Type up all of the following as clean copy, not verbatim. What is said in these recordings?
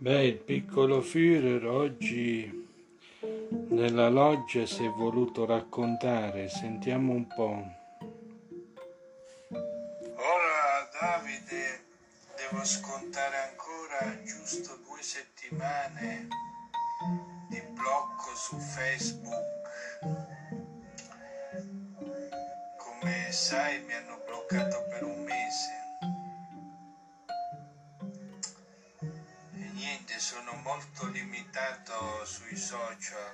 Il piccolo Führer oggi nella loggia si è voluto raccontare, sentiamo un po'. Ora, Davide, devo scontare ancora giusto 2 settimane di blocco su Facebook. Come sai, mi hanno bloccato per un mese. E niente, sono molto limitato sui social.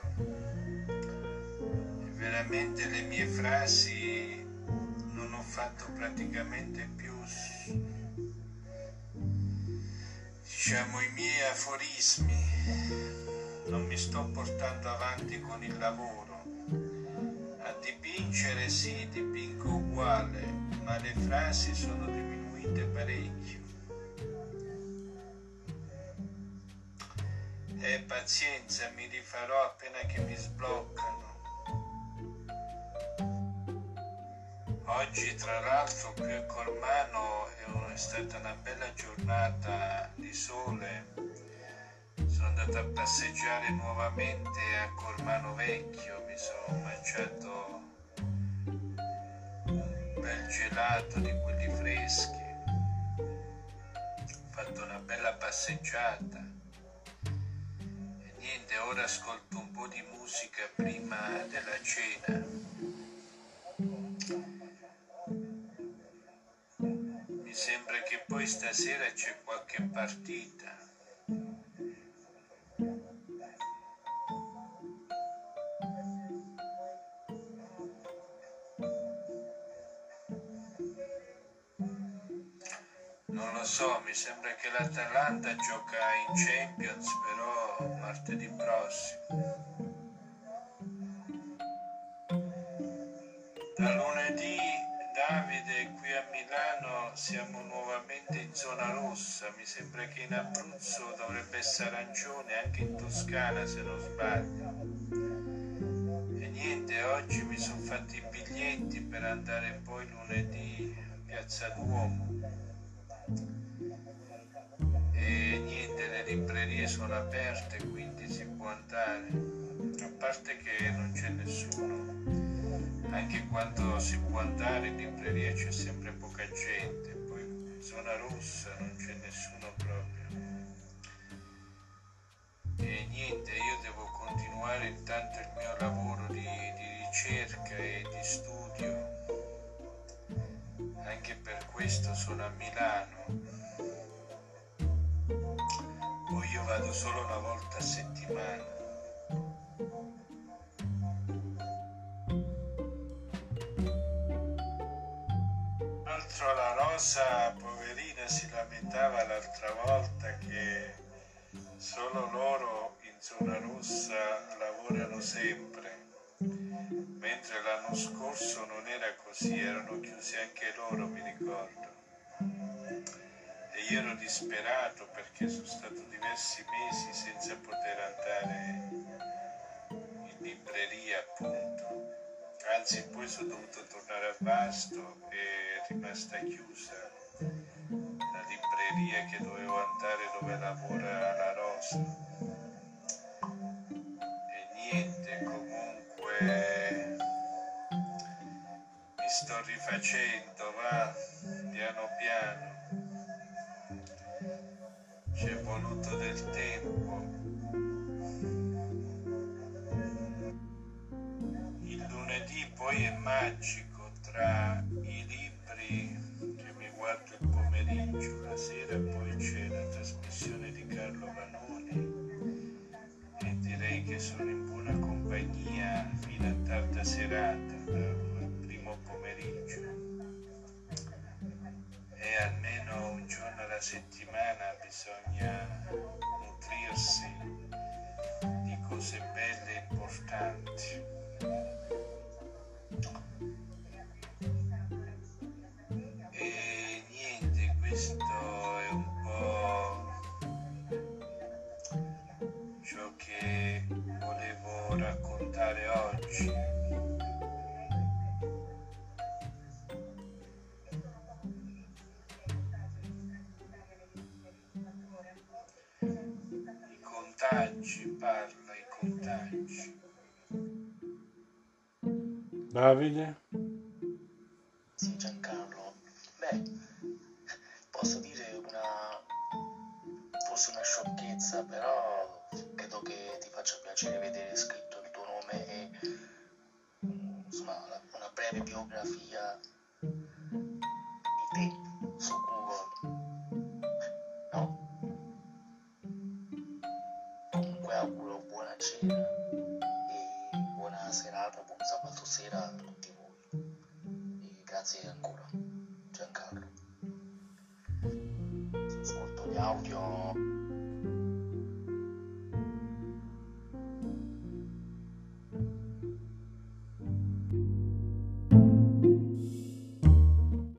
E veramente le mie frasi non ho fatto praticamente più, diciamo, i miei aforismi. Non mi sto portando avanti con il lavoro. A dipingere sì, dipingo uguale, ma le frasi sono diminuite parecchio. E pazienza, mi rifarò appena che mi sbloccano. Oggi tra l'altro qui a Cormano è stata una bella giornata di sole. Sono andato a passeggiare nuovamente a Cormano Vecchio, mi sono mangiato un bel gelato di quelli freschi, ho fatto una bella passeggiata e niente, ora ascolto un po' di musica prima della cena. Mi sembra che poi stasera c'è qualche partita. Non lo so, mi sembra che l'Atalanta gioca in Champions, però martedì prossimo. Da lunedì, Davide, qui a Milano siamo nuovamente in zona rossa. Mi sembra che in Abruzzo dovrebbe essere arancione, anche in Toscana se non sbaglio. E niente, oggi mi sono fatti i biglietti per andare poi lunedì a Piazza Duomo. E niente, le librerie sono aperte, quindi si può andare, a parte che non c'è nessuno. Anche quando si può andare in libreria c'è sempre poca gente, poi in zona rossa non c'è nessuno proprio. E niente, io devo continuare intanto il mio lavoro di ricerca e di studio, anche per questo sono a Milano. Poi io vado solo una volta a settimana. L'altro, la Rosa, poverina, si lamentava l'altra volta che solo loro in zona rossa lavorano sempre, mentre l'anno scorso non era così, erano chiusi anche loro, mi ricordo. E io ero disperato perché sono stato diversi mesi senza poter andare in libreria, appunto. Anzi, poi sono dovuto tornare a Vasto e è rimasta chiusa la libreria che dovevo andare dove lavora la Rosa. E niente, comunque mi sto rifacendo, va, piano piano. Ci è voluto del tempo. Il lunedì poi è magico, tra i libri che mi guardo il pomeriggio, la sera poi c'è la trasmissione di Carlo Vanoni e direi che sono in buona compagnia fino a tarda serata, dal primo pomeriggio. E almeno un giorno alla settimana bisogna nutrirsi di cose belle e importanti. E niente, questo è un po' ciò che volevo raccontare oggi. parla i contagi. Davide? Sì, Giancarlo. Beh, posso dire forse una sciocchezza, però credo che ti faccia piacere vedere scritto il tuo nome e insomma una breve biografia di te su Google, no? Comunque auguro buona cena e buona serata, buon sabato sera a tutti voi. E grazie ancora, Giancarlo. Ascolto gli audio